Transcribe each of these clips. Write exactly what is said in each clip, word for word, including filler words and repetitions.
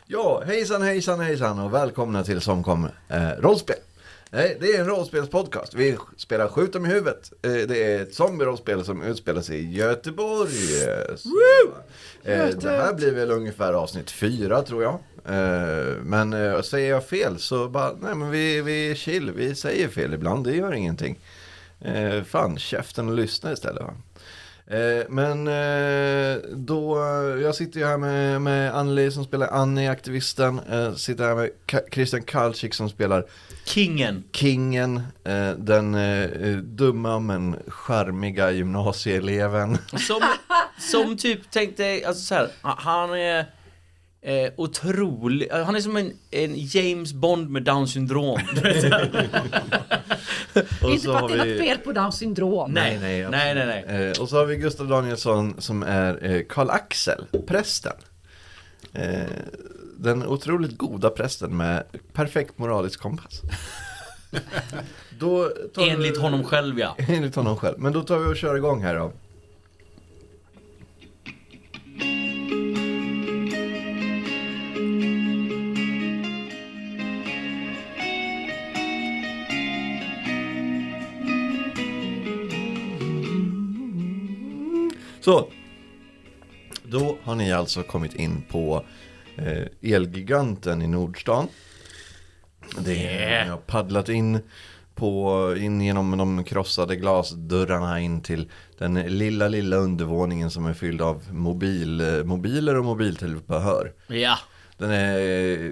Ja, hejsan, hejsan, hejsan och välkomna till som kommer eh, rollspel. Nej, det är en rollspelspodcast. Vi spelar Skjut dem i huvudet. Eh, det är ett zombie-rollspel som utspelar sig i Göteborg. Eh, så, eh, det här blir väl ungefär avsnitt fyra, tror jag. Eh, men eh, säger jag fel så bara, nej men vi, vi är chill. Vi säger fel ibland, det gör ingenting. Eh, fan, käften och lyssna istället, va? Men då, jag sitter ju här med, med Anneli som spelar Annie, aktivisten. Jag sitter här med Ka- Christian Kalczyk som spelar Kingen. Kingen, den dumma men charmiga gymnasieeleven. Som, som typ tänkte, alltså så här, han är eh, otrolig, han är som en, en James Bond med Down syndrom. Och inte för att det är vi... något fel på Down syndrom. Nej, nej, nej, nej, nej. Eh, och så har vi Gustav Danielsson som är eh, Karl Axel, prästen. Eh, den otroligt goda prästen med perfekt moralisk kompass. Då tar enligt vi... honom själv, ja. Enligt honom själv. Men då tar vi och kör igång här då. Så, då har ni alltså kommit in på eh, Elgiganten i Nordstan. Det Yeah. Ni har paddlat in, på, in genom de krossade glasdörrarna in till den lilla, lilla undervåningen som är fylld av mobil, mobiler och mobiltillbehör. Ja. Den är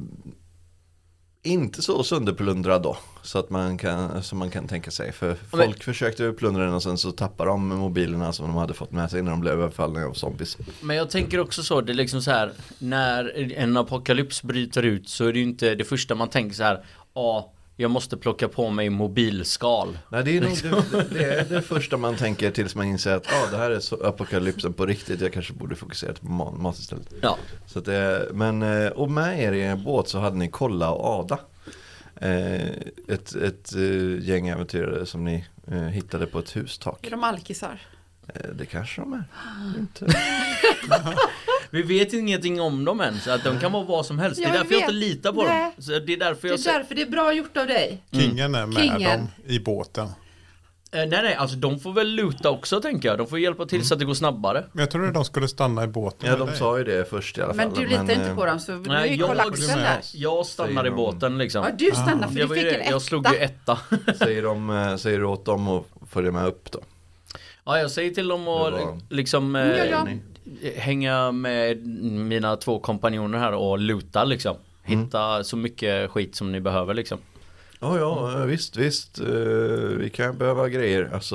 inte så sönderplundrad då, så att man kan, som man kan tänka sig. För folk men, försökte plundra den och sen så tappade de mobilerna som de hade fått med sig när de blev överfallna av zombies. Men jag tänker också så, det är liksom så här, när en apokalyps bryter ut så är det ju inte det första man tänker så här, ja, jag måste plocka på mig mobilskal. Nej, det är nog det, det, är det första man tänker tills man inser att ah, det här är så apokalypsen på riktigt. Jag kanske borde fokusera på mat, mat istället. Ja. Så att det, men, och med er i en båt så hade ni Kolla och Ada. Ett, ett gäng äventyrare som ni hittade på ett hustak. Är de alkisar? Det kanske de är. Inte. Vi vet ingenting om dem än, så att de kan vara vad som helst. Det är jag därför vet. jag inte litar på Nej. dem. Så det är därför jag det är därför det är bra gjort av dig. Kingen är med Kingen. dem i båten. Eh, nej, nej, alltså de får väl luta också, tänker jag. De får hjälpa till mm. så att det går snabbare. Men jag tror att de skulle stanna i båten. Ja, de dig. sa ju det först i alla fall. Men du litar men, inte på dem, så du är ju kollaxen där. Jag stannar i båten liksom. Ja, du stannar för ah. du fick en etta. Jag slog ju etta. säger, de, säger du åt dem och följer med upp då? Ja, jag säger till dem att liksom eh, ja, ja. hänga med mina två kompanjoner här och luta liksom. Hitta mm. så mycket skit som ni behöver liksom. Ja, ja, visst, visst. Uh, vi kan behöva grejer. Alltså,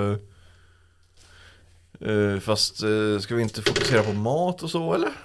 uh, fast uh, ska vi inte fokusera på mat och så, eller?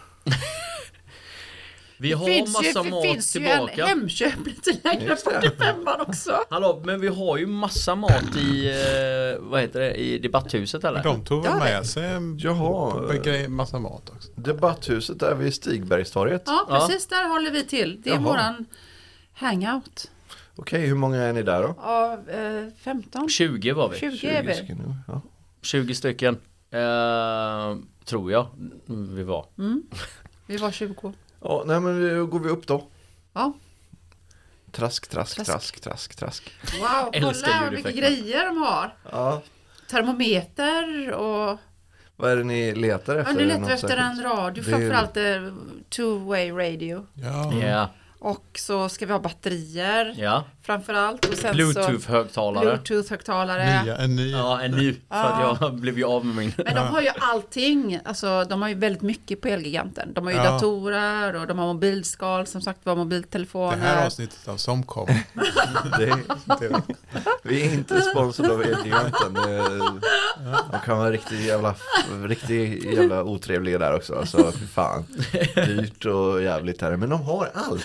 Vi har finns massa ju, mat finns tillbaka. Det finns ju en Hemköp lite längre fyrtiofemman också. Hallå, men vi har ju massa mat i, eh, vad heter det, i debatthuset eller? De tog väl med sig en Jaha. massa mat också. Debatthuset är vid Stigbergstorget. Ja, precis, ja. Där håller vi till. Det är Jaha. våran hangout. Okej, hur många är ni där då? Ja, eh, femton. tjugo var vi. tjugo är vi. tjugo, ja. tjugo stycken, eh, tror jag vi var. Mm. Vi var tjugo. Ja, nej men nu går vi upp då. Ja. Trask, trask, trask, trask, trask, trask. Wow, kolla vilka grejer de har. Ja. Termometer och... Vad är det ni letar efter? Ja, nu letar vi efter en radio, det... framförallt two-way radio. Ja. Yeah. Och så ska vi ha batterier. Ja. Framförallt. Och sen Bluetooth-högtalare. Bluetooth-högtalare. Nya, en ny. Ja, en ny. För ja. att jag blev ju av med min. Men de har ju allting. Alltså, de har ju väldigt mycket på Elgiganten. De har ju ja. datorer och de har mobilskal. Som sagt, var mobiltelefoner. Det här avsnittet av som kom. det, det, vi är inte sponsrade av Elgiganten. De kan vara riktigt jävla, riktigt jävla otrevliga där också. Alltså, för fan. Dyrt och jävligt här. Men de har allt.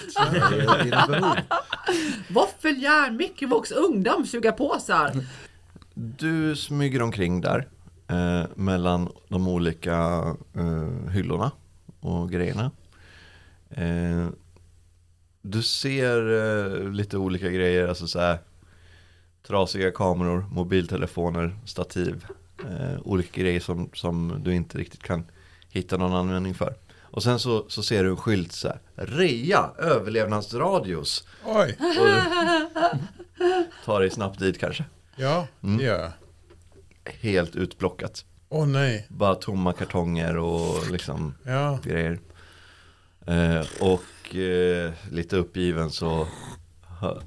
Våffeljärn, Mickevox, ungdom, suga påsar. Du smyger omkring där eh, mellan de olika eh, hyllorna och grejerna. Eh, du ser eh, lite olika grejer, alltså så här trasiga kameror, mobiltelefoner, stativ, eh, olika grejer som, som du inte riktigt kan hitta någon användning för. Och sen så, så ser du en skylt så här. Rea, överlevnadsradios. Oj, Och du tar dig snabbt dit kanske. ja, Mm. det gör jag. Helt utplockat. Åh nej, Bara tomma kartonger och liksom ja. grejer. Eh, och eh, lite uppgiven så hör,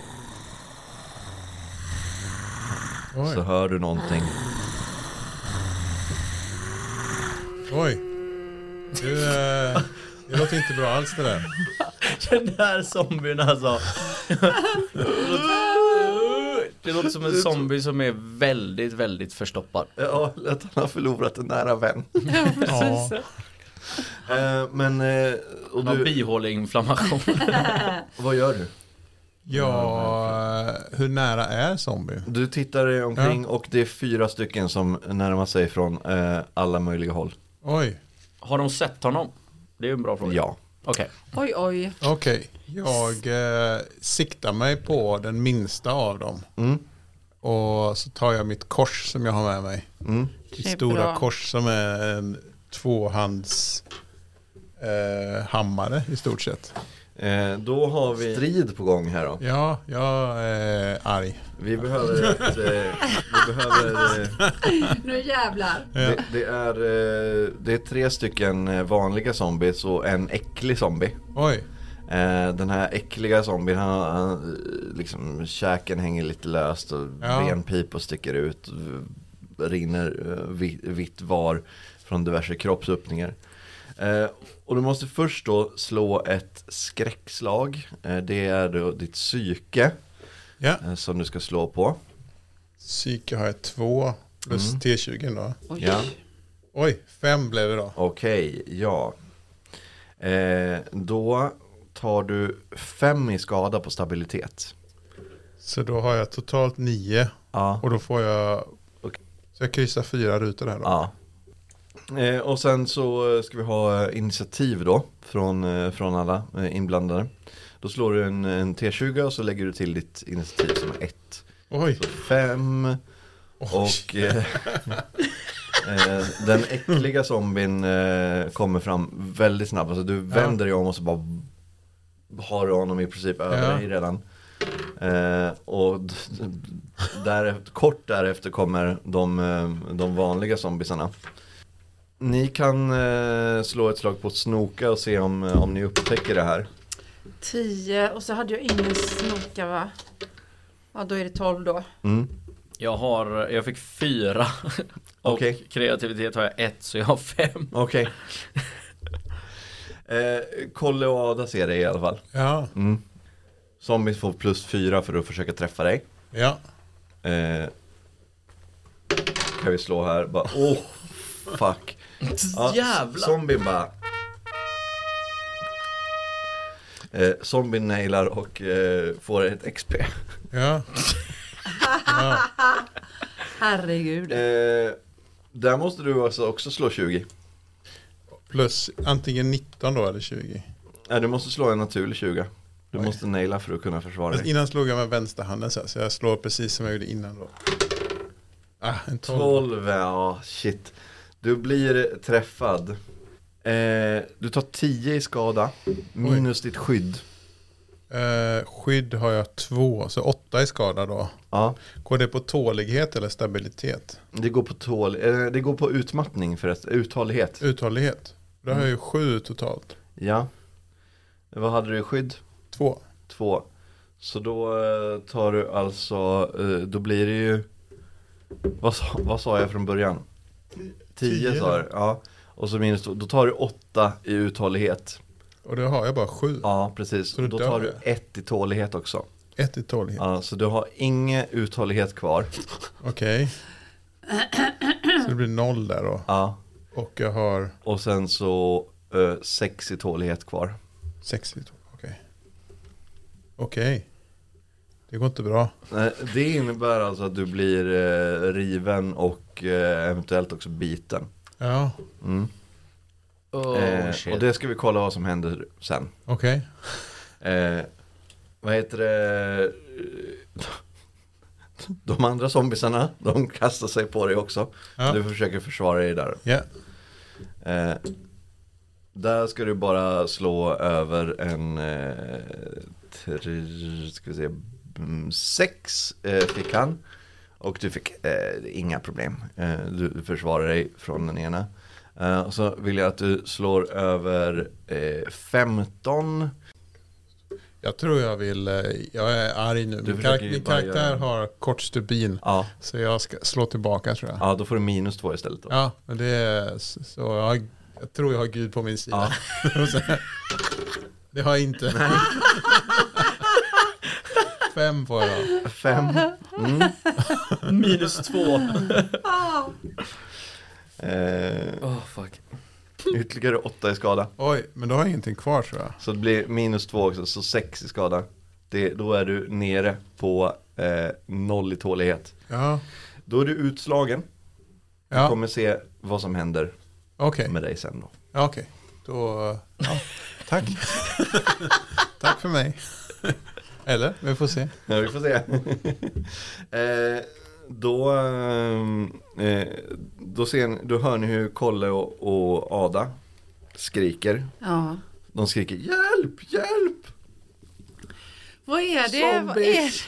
Oj, så hör du någonting. oj. Du, eh, det låter inte bra alls det där. Den där zombien alltså. Det låter som en zombie som är väldigt, väldigt förstoppad. Ja, att han har förlorat en nära vän. Ja, precis. Ja. Eh, men, eh, och Någon du, bihåleinflammation. vad gör du? Ja, hur nära är zombie? Du tittar dig omkring och det är fyra stycken som närmar sig från eh, alla möjliga håll. Oj, Har de sett honom? Det är ju en bra fråga. Ja. Okej. Oj, oj. okej. Jag eh, siktar mig på den minsta av dem. Mm. Och så tar jag mitt kors som jag har med mig. Mm. Mitt Det är stora bra. kors som är en tvåhands eh, hammare i stort sett. Eh, då har vi strid på gång här då. Ja, jag är arg. Vi behöver ett, eh, vi behöver, eh, Nu jävlar. det, det, är, eh, det är tre stycken eh, vanliga zombies och en äcklig zombie. Oj, Eh, den här äckliga zombien, han, han eh, liksom, käken hänger lite löst och Ja. benpipor sticker ut, v- rinner eh, vitt, vitt var från diverse kroppsöppningar. Eh, och du måste först då slå ett skräckslag. Eh, det är då ditt psyke ja. eh, som du ska slå på. Psyke har jag två plus Mm. T tjugo då. Oj. Ja. Oj, fem blev det då. Okej, ja. Eh, då tar du fem i skada på stabilitet. Så då har jag totalt nio. Ja. Och då får jag... Okej. Så jag kryssar fyra rutor här då. Ja. Eh, och sen så ska vi ha initiativ då från, eh, från alla eh, inblandade. Då slår du en, en T tjugo och så lägger du till ditt initiativ som är ett. Oj. Så fem Oj. och eh, eh, den äckliga zombien eh, kommer fram väldigt snabbt. Alltså du vänder dig om och så bara har du honom i princip över Ja. dig redan. Eh, och d- d- därefter, kort därefter kommer de, eh, de vanliga zombiesarna. Ni kan eh, slå ett slag på snoka och se om, eh, om ni upptäcker det här. Tio och så hade jag ingen snoka va? Ja då är det tolv då. Mm. Jag har, jag fick fyra. Och Okej. kreativitet har jag ett, så jag har fem. Okej. eh, Kolle och Ada ser dig i alla fall. Ja, Mm. Zombies får plus fyra för att försöka träffa dig. ja. Eh, kan vi slå här? Bara, oh, fuck. Ja, Jävlar. Zombien bara. Eh, zombien nailar och eh, får ett X P. Ja. Ja. Herregud. Eh, där måste du alltså också slå tjugo. Plus antingen nitton då eller tjugo. Nej, du måste slå en naturlig tjugo. Du Oj. måste naila för att kunna försvara Fast dig. innan slog jag med vänsterhanden så, här, så jag slår precis som jag gjorde innan då. Ah, en tolv. tolv, ja shit. Du blir träffad. Eh, du tar tio i skada. Minus ditt skydd. Eh, skydd har jag två, så åtta i skada då. Ja, Går det på tålighet eller stabilitet? det går på tål, eh, det går på utmattning förresten, uthållighet. Uthållighet. Då har jag ju sju totalt. Ja. Vad hade du i skydd? Två. Två. Så då eh, tar du alltså, eh, då blir det ju, vad sa, vad sa jag från början? Tio Tio, sa du, ja. Och så minus, då tar du åtta i uthållighet. Och då har jag bara sju. Ja, precis. Så då Då dör tar du jag. ett i tålighet också. Ett i tålighet. Ja, så du har ingen uthållighet kvar. Okej. Så det blir noll där då. Ja. Och jag har Och sen så eh, sex i tålighet kvar. sex i tålighet. Okej. Okej. Det går inte bra. Nej, det innebär alltså att du blir eh, riven och eh, eventuellt också biten. Ja, Mm. Oh, eh, shit. och det ska vi kolla vad som händer sen. okej. Eh, vad heter det? De andra zombisarna, de kastar sig på dig också. Ja. Du försöker försvara dig där. Ja. Eh, Där ska du bara slå över en eh, tr- ska vi se, mm, sex eh, fick han. Och du fick eh, inga problem. Eh, du, du försvarar dig från den ena. Eh, och så vill jag att du slår över eh, femton. Jag tror jag vill, eh, jag är arg nu. Du Min, försöker karak- ju min bara karaktär göra- har kort stubin. Ja. Så jag ska slå tillbaka tror jag. Ja, då får du minus två istället då. Ja, men det är så så jag, har, jag tror jag har Gud på min sida. Det har jag inte. Nej. Fem får jag då. Fem. Mm. Minus två. Eh, Oh fuck. ytterligare åtta i skada. Oj, men då har jag ingenting kvar tror jag. Så det blir minus två också, så sex i skada. Det, då är du nere på eh, noll i tålighet. Ja, Då är du utslagen. Du ja. kommer se vad som händer okej. med dig sen då. Ja, okej. Då, ja, tack. Tack för mig. Eller, vi får se. Ja, vi får se. eh, då, eh, då, ser ni, då hör ni hur Kolle och, och Ada skriker. Ja. De skriker hjälp, hjälp! Vad är det? Vad är Zombies.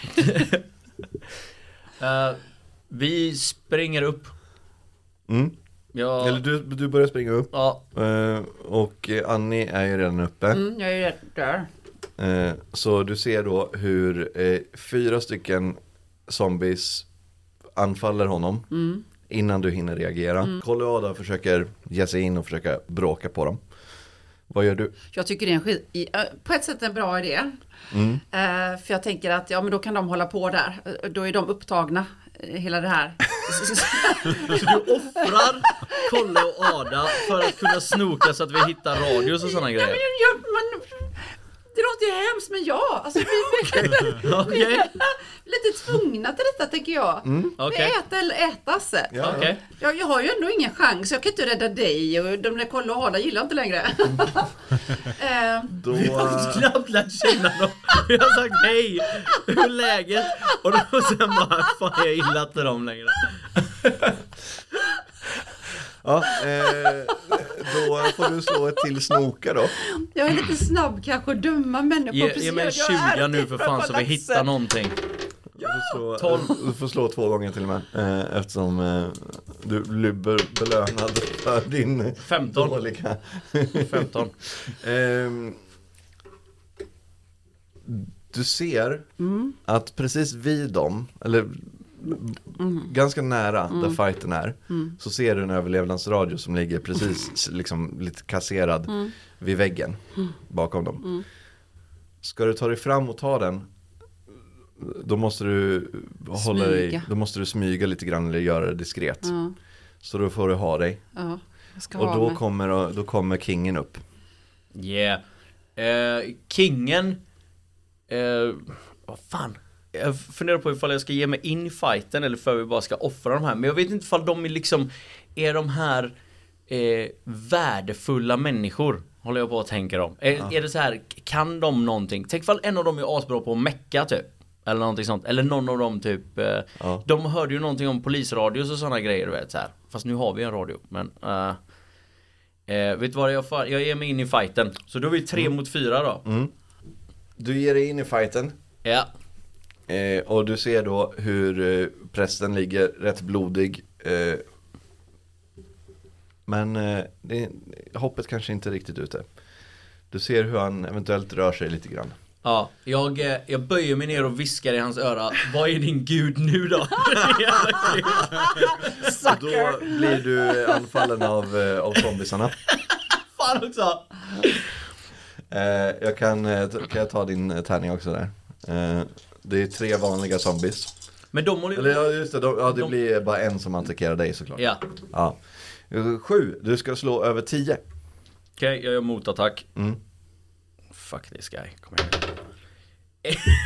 det? Uh, vi springer upp. Mm. Ja. Eller du, du börjar springa upp. Ja. Eh, och eh, Annie är ju redan uppe. Mm, jag är ju rädd där. Eh, så du ser då hur eh, fyra stycken zombies anfaller honom Mm. innan du hinner reagera. Mm. Kolle och Ada försöker ge sig in och försöka bråka på dem. Vad gör du? Jag tycker det är en skit, i- äh, på ett sätt en bra idé. Mm. Eh, för jag tänker att ja, men då kan de hålla på där. Eh, Då är de upptagna, eh, hela det här. Så du offrar Kolle och Ada för att kunna snoka så att vi hittar radios och sådana Ja, men grejer. jag, man, det låter ju hemskt, men ja. Alltså, vi, vi, vi, Okej. vi är lite tvungna till detta, tänker jag. Mm. Det Okej. är äta eller ätas. Ja, Okej. Jag, jag har ju ändå ingen chans. Jag kan inte rädda dig. Och de där Kolla och Ada gillar inte längre. eh, Då, Vi har knappt lärt känna dem. Vi har sagt hej, hur är läget? Och då sen bara, fan jag gillar inte dem längre. ja, eh, då får du slå ett till snoka då. jag är lite snabb kanske och döma människor. Ge, precis. ge mig en Jag är tjugo nu för fan så vi laxen. hittar någonting. Du får slå, tolv. Du får slå två gånger till och med. Eh, eftersom eh, du blir be- belönad för din femton. dåliga. femton. Ehm, du ser att precis vid dem, eller ganska nära där fighten är, så ser du en överlevnadsradio som ligger precis liksom lite kasserad vid väggen bakom dem. Ska du ta dig fram och ta den, då måste du hålla dig, Smyga. då måste du smyga lite grann eller göra det diskret. Ja, Så då får du ha dig. ja, jag ska Och ha då mig. kommer, då kommer kingen upp. Yeah. Eh, kingen. Eh, vad fan. Jag funderar på ifall jag ska ge mig in i fighten eller för vi bara ska offra de här. Men jag vet inte ifall de är liksom, är de här eh, värdefulla människor. Håller jag på att tänka dem. Är, Ja. är det så här, kan de någonting? Tänk ifall en av dem är asbra på att mecka typ. Eller någonting sånt. Eller någon av dem typ. Eh, Ja. De hörde ju någonting om polisradios och sådana grejer, du vet så här. Fast nu har vi en radio. Men eh, eh, vet du vad jag får? Jag ger mig in i fighten. Så då är vi tre mot fyra då. Mm. Du ger dig in i fighten. Ja. Eh, och du ser då hur eh, prästen ligger rätt blodig. Eh, men eh, det, hoppet kanske inte är riktigt ute. Du ser hur han eventuellt rör sig lite grann. Ja, jag, eh, jag böjer mig ner och viskar i hans öra. Vad är din gud nu då? Då blir du anfallen av, eh, av zombisarna. Fan också. Eh, jag kan, eh, t- kan jag ta din eh, tärning också där. Eh, det är tre vanliga zombies. Men de håller Eller ju... ja, just det, de, ja, det De- blir bara en som attackerar dig såklart. Ja. Ja. Eh, Sju, du ska slå över tio. Okej, jag gör motattack. Mm. Fuck this guy. Kom igen.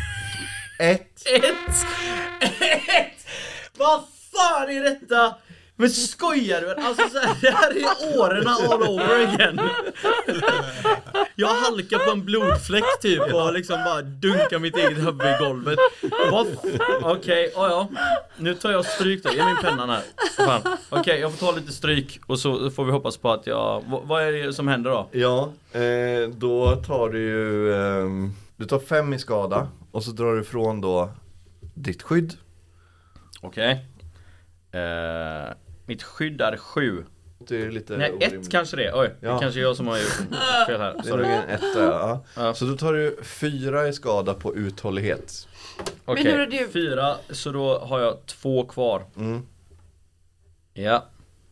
Ett. Ett! Ett! Vad fan är detta? Men skojar du? Alltså så här, det här är åren all over again. Jag halkar på en blodfläck typ och liksom bara dunkar mitt eget huvud i golvet. Okej, okay, oh ja. Nu tar jag stryk då. Ge min pennan här. Okej, okay, jag får ta lite stryk och så får vi hoppas på att jag... V- vad är det som händer då? Ja, eh, då tar du ju... Eh, du tar fem i skada och så drar du ifrån då ditt skydd. Okej. Okay. Eh, mitt skydd är sju. Det är lite Nej, orimligt. ett kanske det. Oj, Ja. det kanske är jag som har gjort fel här. Det är Sorry. nog en etta, ja. Ja. Så då tar du fyra i skada på uthållighet. Okej, Men hur är det- fyra, så då har jag två kvar. Mm. Ja.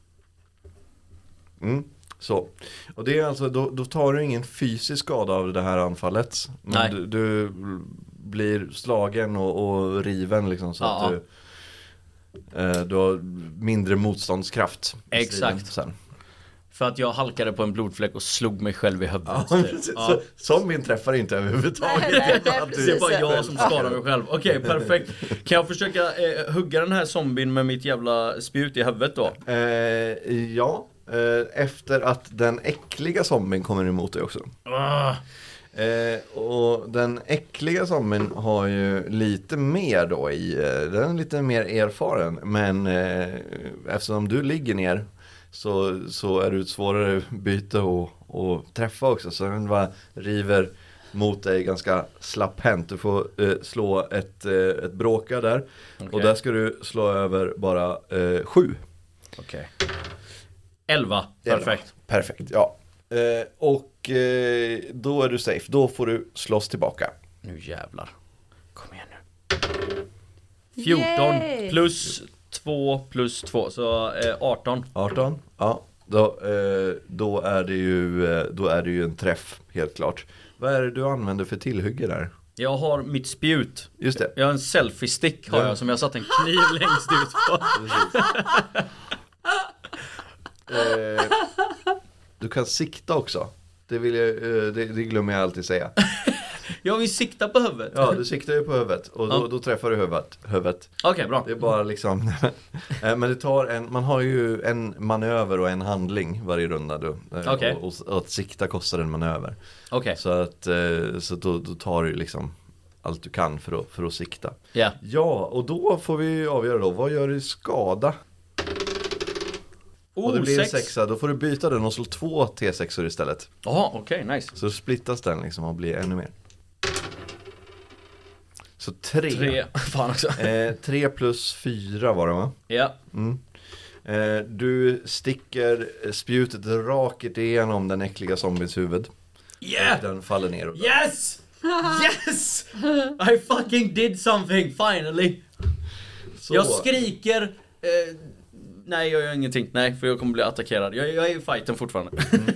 Mm. Så. Och det är alltså, då, då tar du ingen fysisk skada av det här anfallet. Men Nej. du, du blir slagen och, och riven liksom, så Ja. att du, eh, du har mindre motståndskraft i striden Exakt. sen. För att jag halkade på en blodfläck och slog mig själv i huvudet. Ja, typ. så, Ja. zombien träffar inte överhuvudtaget. Nej, nej, Det är nej, bara att du- Det är bara Precis. jag som skadar mig själv. Okej, perfekt. Kan jag försöka eh, hugga den här zombien med mitt jävla spjut i huvudet då? Eh, ja, eh, efter att den äckliga zombien kommer emot dig också. Ah, Eh, och den äckliga zombien har ju lite mer då i, eh, den är lite mer erfaren, men eh, eftersom du ligger ner så, så är du ett svårare byte att, att träffa också, så den bara river mot dig ganska slapphänt. Du får eh, slå ett, eh, ett bråka där, Okej. och där ska du slå över bara eh, sju. okej. elva, perfekt. Perfekt, ja. Eh, och eh, då är du safe. Då får du slåss tillbaka. Nu jävlar. Kom igen nu. fjorton Yay! plus två plus två, så eh, arton. arton, ja. Då, eh, då, är det ju, eh, då är det ju en träff, helt klart. Vad är det du använder för tillhygge där? Jag har mitt spjut. Just det. Jag har en selfie stick har Ja. jag som jag satt en kniv längst ut på. Eh, du kan sikta också. Det, vill jag, eh, det, det glömmer jag alltid säga. Jag vill sikta på huvudet. Ja, du siktar ju på huvudet. Och då, Ja. då träffar du huvudet. huvudet. Okej, bra. Det är bara liksom eh, men det tar en, man har ju en manöver och en handling varje runda då. Eh, Okej. och, och, och att sikta kostar en manöver. Okej, Så att eh, så då, då tar du liksom allt du kan för att, för att sikta. ja. Ja, och då får vi avgöra då, vad gör du i skada? och det Oh, blir en sex. sexa, då får du byta den och slå två T sexor istället. Jaha, okej, nice. Så splittas den liksom och blir ännu mer. Så tre. Tre, fan också. Eh, tre plus fyra var det, va? Ja, Mm. Eh, du sticker spjutet rakt igenom den äckliga zombies huvud. yeah! Den faller ner. Och Yes! Yes! I fucking did something, finally. så, Jag skriker. Eh, nej, jag gör ingenting. Nej, för jag kommer bli attackerad. Jag, jag är i fighten fortfarande.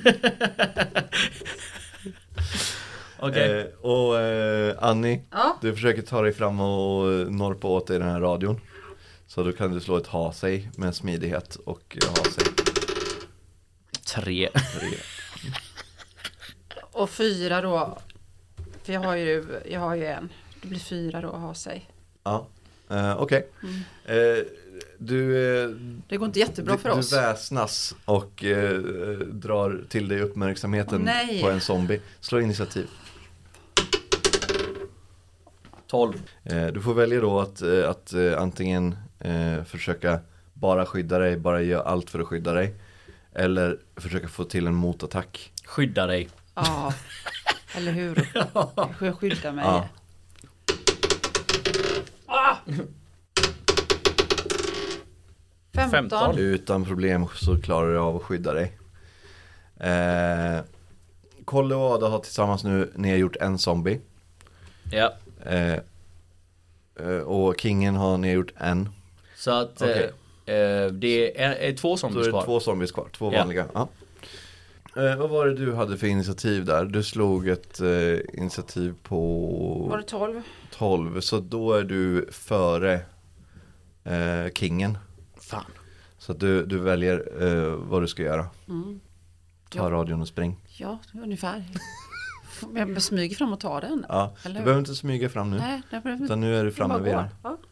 Okej. eh, och eh, Annie, Ja. du försöker ta dig fram och norpa åt dig den här radion. Så då kan du slå ett ha sig med smidighet och ha sig. Tre. Tre. Och fyra då. För jag har ju, jag har ju en. Det blir fyra då att ha sig. Ja, eh, okej. Mm. Eh, du, eh, Det går inte jättebra du, för oss. du väsnas och eh, drar till dig uppmärksamheten Åh, nej. på en zombie. Slå initiativ. Tolv. Eh, du får välja då att, eh, att eh, antingen eh, försöka bara skydda dig, bara göra allt för att skydda dig. Eller försöka få till en motattack. Skydda dig. Ja, eller hur? Jag skyddar mig. Ja. femton. femton. Utan problem så klarar du av att skydda dig. Eh, Kolle och Ada har tillsammans nu nedgjort en zombie. Ja. Eh, eh, och Kingen har nedgjort en. Så att Okej. eh, eh, det är, är två Så är zombies det kvar. två zombies kvar, två Ja. vanliga. Ja. Eh, vad var det du hade för initiativ där? Du slog ett eh, initiativ på Var det tolv? tolv, så då är du före eh, Kingen. Fan. Så att du, du väljer eh, vad du ska göra. Mm. Ta Ja. radion och spring. Ja, ungefär. Men jag smyger fram och tar den. Ja, Eller du hur? behöver inte smyga fram nu. Nej, det behöver Utan nu är du framme bara vid gå. den. Ja.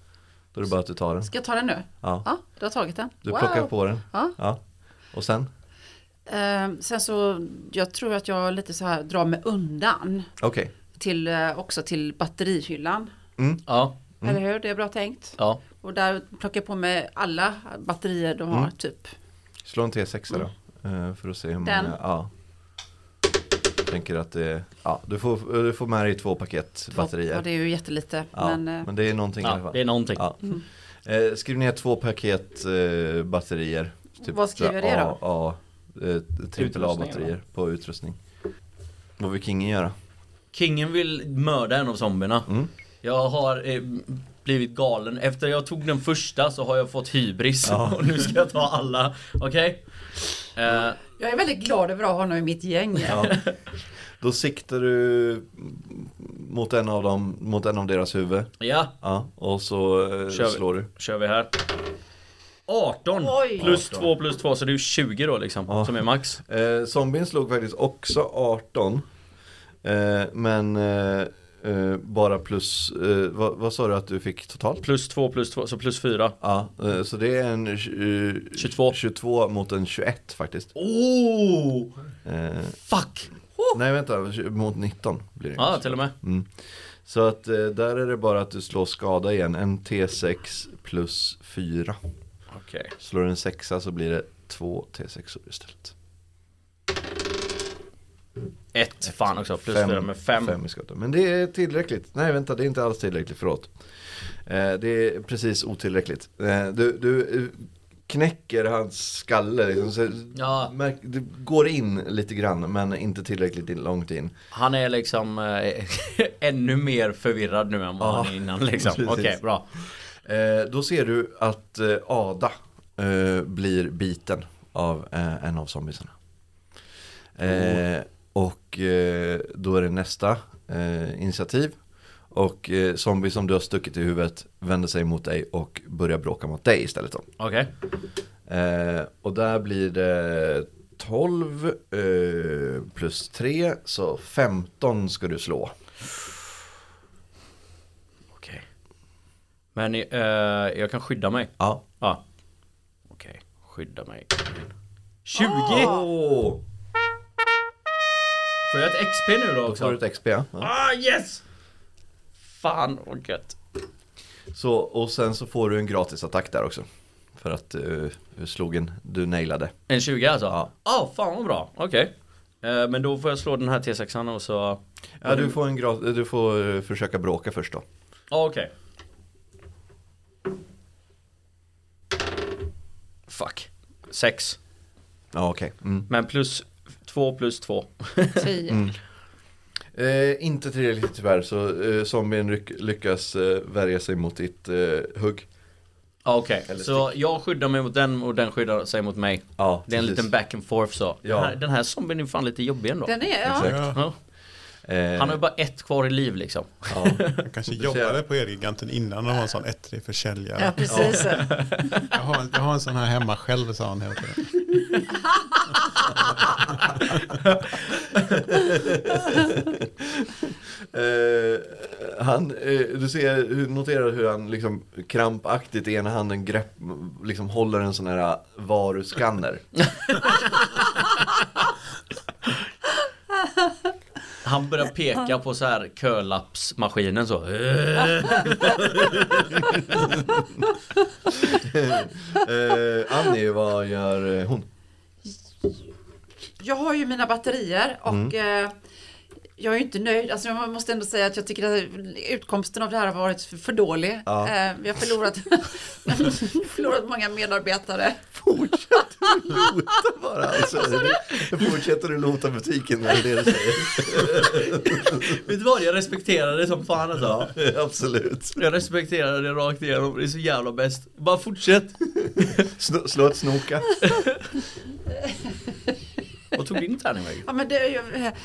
Då är det bara att du tar den. Ska jag ta den nu? Ja. Ja, du har tagit den. Du Wow. plockar på den. Ja. Ja. Och sen? Eh, sen så, jag tror att jag lite så här drar mig undan. Okej. Till, eh, också till batterihyllan. Ja, Eller hur? Det är bra tänkt. ja. Och där plockar jag på mig alla batterier de har, Mm. typ. Slå en T sex då. eh, För att se hur många. Den. Ja. Jag tänker att det, ja, du, får, du får med dig två paket batterier. Ja, det är ju jättelite. Ja, men, men, eh, det är någonting i alla ja fall. det är någonting. Ja. Mm. Eh, skriv ner två paket eh, batterier. Vad skriver jag det då? Ja, eh, trippel A Utrustning, batterier på utrustning. Vad vill kingen göra? Kingen vill mörda en av zombierna. Mm. Jag har eh, blivit galen. Efter jag tog den första så har jag fått hybris. Ja. Och nu ska jag ta alla. Okej? Okay? Eh, Jag är väldigt glad över att ha honom i mitt gäng. Ja. Då siktar du mot en av dem, mot en av deras huvud. ja, Ja, och så eh, Kör vi. slår du. kör vi här. arton Oj. plus två plus två, så det är tjugo då liksom, Ja. som är max. Eh, zombien slog faktiskt också arton. Eh, men eh, eh, bara plus, eh, vad, vad sa du att du fick totalt? Plus två plus två, så plus fyra. Ja, eh, så det är en eh, tjugotvå. tjugotvå mot en tjugoett faktiskt. Oh! Eh, Fuck! nej vänta, mot nitton blir det. Ja, till och med. Mm. Så att eh, där är det bara att du slår skada igen. En T sex plus fyra. Okej. Slår du en sexa så blir det två T sex istället. Ett, fan också, plus Fem- fyra med fem. Fem i skott. Men det är tillräckligt. Nej vänta, det är inte alls tillräckligt, förlåt. Eh, det är precis otillräckligt. Eh, du, du eh, knäcker hans skalle liksom, så Ja. märk, du går in lite grann men inte tillräckligt in, långt in. Han är liksom eh, ännu mer förvirrad nu än vad Ja, han är innan liksom. precis. Okej, bra. Eh, då ser du att eh, Ada eh, blir biten av eh, en av zombiesarna. Eh, och eh, då är det nästa eh, initiativ. Och eh, zombie som du har stuckit i huvudet vänder sig mot dig och börjar bråka mot dig istället då. Okej. Eh, och där blir det tolv eh, plus tre, så femton ska du slå. Okej. Men eh, jag kan skydda mig. Ja. Ja. Okej, skydda mig. tjugo! Åh! Får jag ett X P nu då Då också? får du ett X P. Ja. Ah, yes! Fan, vad gött. Så, och sen så får du en gratis attack där också. För att uh, slog en, du nailade. En tjugo alltså? Ja. Ja. Ah, fan vad bra. Okej. Eh, men då får jag slå den här T sexan och så... Ja, du får, en gra- du får uh, försöka bråka först då. Ja, ah, okej. Fuck. Sex. Ja, okej. Okay. Mm. Men plus två plus två. Tio. Mm. Eh, inte tillräckligt tyvärr, så eh, zombien lyck- lyckas eh, värja sig mot ditt eh, hugg. Ja, okej. Eller Så jag skyddar mig mot den och den skyddar sig mot mig. Ja, Det är en precis. liten back and forth så. Ja. Den, här, den här zombien är fan lite jobbig ändå. Den är, ja. Exakt. Ja, Ja. Eh, Han har ju bara ett kvar i liv liksom. ja. jag kanske Du ser- jobbade på Elgiganten innan de har en sån ettrig försäljare. Ja, precis. Jag, har, jag har en sån här hemma själv, sa han hela tiden. Eh, han, eh, du ser, hur- noterar hur han liksom krampaktigt i ena handen grepp, liksom håller en sån här varuskanner. Han börjar peka på så här kölappsmaskinen så. eh, Annie, vad gör eh, hon? Jag har ju mina batterier och Mm. eh, jag är ju inte nöjd. Alltså jag måste ändå säga att jag tycker att utkomsten av det här har varit för, för dålig. Ja. Eh, vi har förlorat, förlorat många medarbetare. Fortsätter du lota bara alltså. Fortsätter du lota butiken, är det det du säger? Vet du vad? Jag respekterar det som fan alltså. Ja, absolut. Jag respekterar det rakt igenom. Det är så jävla bäst. Bara fortsätt. Sno- slå ett snoka. Vad tog din tärning väg? Ja, men det är ju... eh,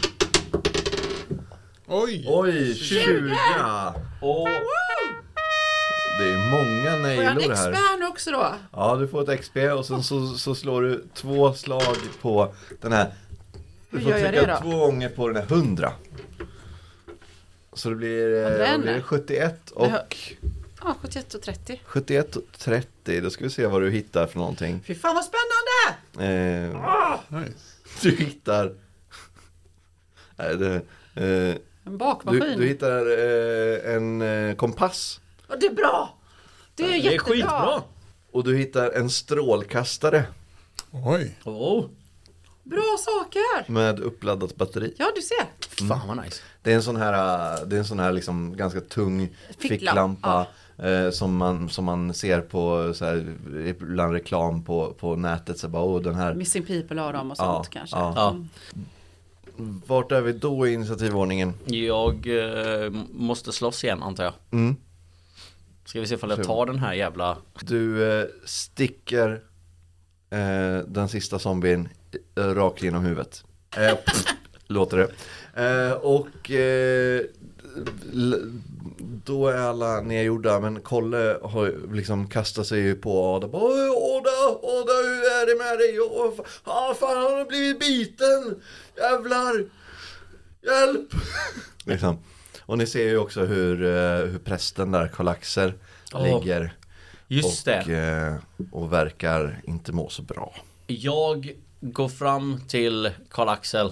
Oj! Oj, tjugo! Och Det är många Får jag en nejlor X P här. här nu också då? Ja, du får ett X P och sen så, så slår du två slag på den här. Du Hur får gör jag trycka det då? två gånger på den här hundra. Så det blir, eh, Vad blir vad blir det den? sjuttioett och Det hör- Ja, sjuttioett och trettio. sjuttioett och trettio, då ska vi se vad du hittar för någonting. Fy fan vad spännande! Eh, Nice. du hittar... Nej, det, eh, En du, bakmaskin. du hittar eh, en eh, kompass. Och det är bra! Det är Det är jättebra. skitbra. Och du hittar en strålkastare Oj. Oh, Bra saker! med uppladdat batteri. Ja, du ser. fan vad nice. Det är en sån här, det är en sån här liksom ganska tung Ficklampa. ficklampa eh, som, man, som man ser på så här, ibland reklam på, på nätet. Så bara, åh, den här. Missing People har dem och sånt Ja, kanske. ja. Ja. Mm. Vart är vi då i initiativordningen? Jag eh, måste slåss igen antar jag. Mm. Ska vi se ifall jag tar den här jävla... Du eh, sticker eh, den sista zombien eh, rakt genom huvudet. Eh, pff, låter det. Eh, och eh, l- då är alla nedgjorda, men Kolle har liksom kastat sig ju på Ada. Oj, Ada, Ada, hur är det med dig? Ja, ah, fan, han har blivit biten. Jävlar. Hjälp. liksom. Och ni ser ju också hur, eh, hur prästen där, Karl-Axel, Åh, ligger Just och, det. eh, och verkar inte må så bra. Jag går fram till Karl-Axel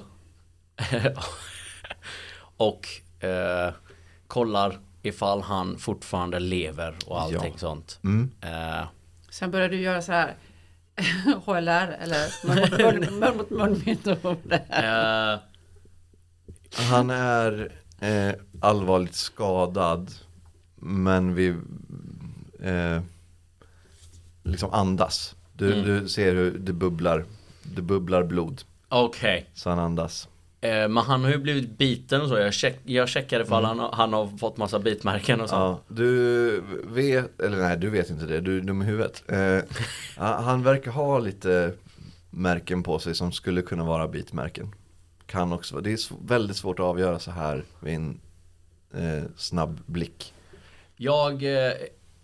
och eh, kollar ifall han fortfarande lever och allting Ja. sånt. Mm. Eh, Sen börjar du göra så här H L R eller mun mot mun, mun mot mun. eh, Han är eh, allvarligt skadad, men vi eh, liksom andas. Du, Mm. du ser hur det bubblar, det bubblar blod, Okej. så han andas. Eh, men han har ju blivit biten och så. Jag, check, jag checkade ifall han, han har fått massa bitmärken och så. Ja, du vet, eller nej, du vet inte det, du är dum i huvudet. Eh, ja, han verkar ha lite märken på sig som skulle kunna vara bitmärken. Kan också vara, det är sv- väldigt svårt att avgöra så här vid en eh, snabb blick. Jag eh,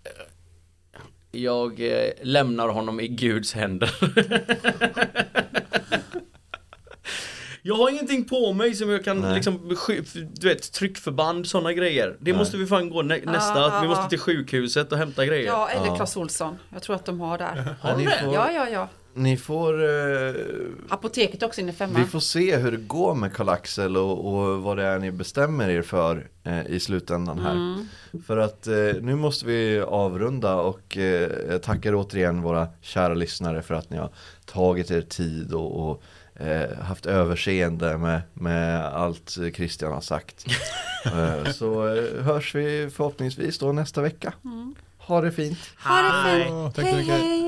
Jag eh, lämnar honom i Guds händer. Jag har ingenting på mig som jag kan Nej. liksom sky- du vet, tryckförband, sådana grejer. Det Nej. måste vi fan gå nä- nästa, Ah, vi ah, måste ah. till sjukhuset och hämta grejer. Ja, eller Ja. Clas Ohlson. Jag tror att de har där. Ja, ni, får, Ja, ja, ja. ni får eh, Apoteket också inne i femman. vi får se hur det går med Karl-Axel och, och vad det är ni bestämmer er för eh, i slutändan här. Mm. För att eh, nu måste vi avrunda och eh, jag tackar återigen våra kära lyssnare för att ni har tagit er tid och, och eh, haft överseende med, med allt Christian har sagt. eh, så eh, hörs vi förhoppningsvis då nästa vecka. Ha det fint. Ha det Hej. fint. Ja, tack så Hej, mycket. hej.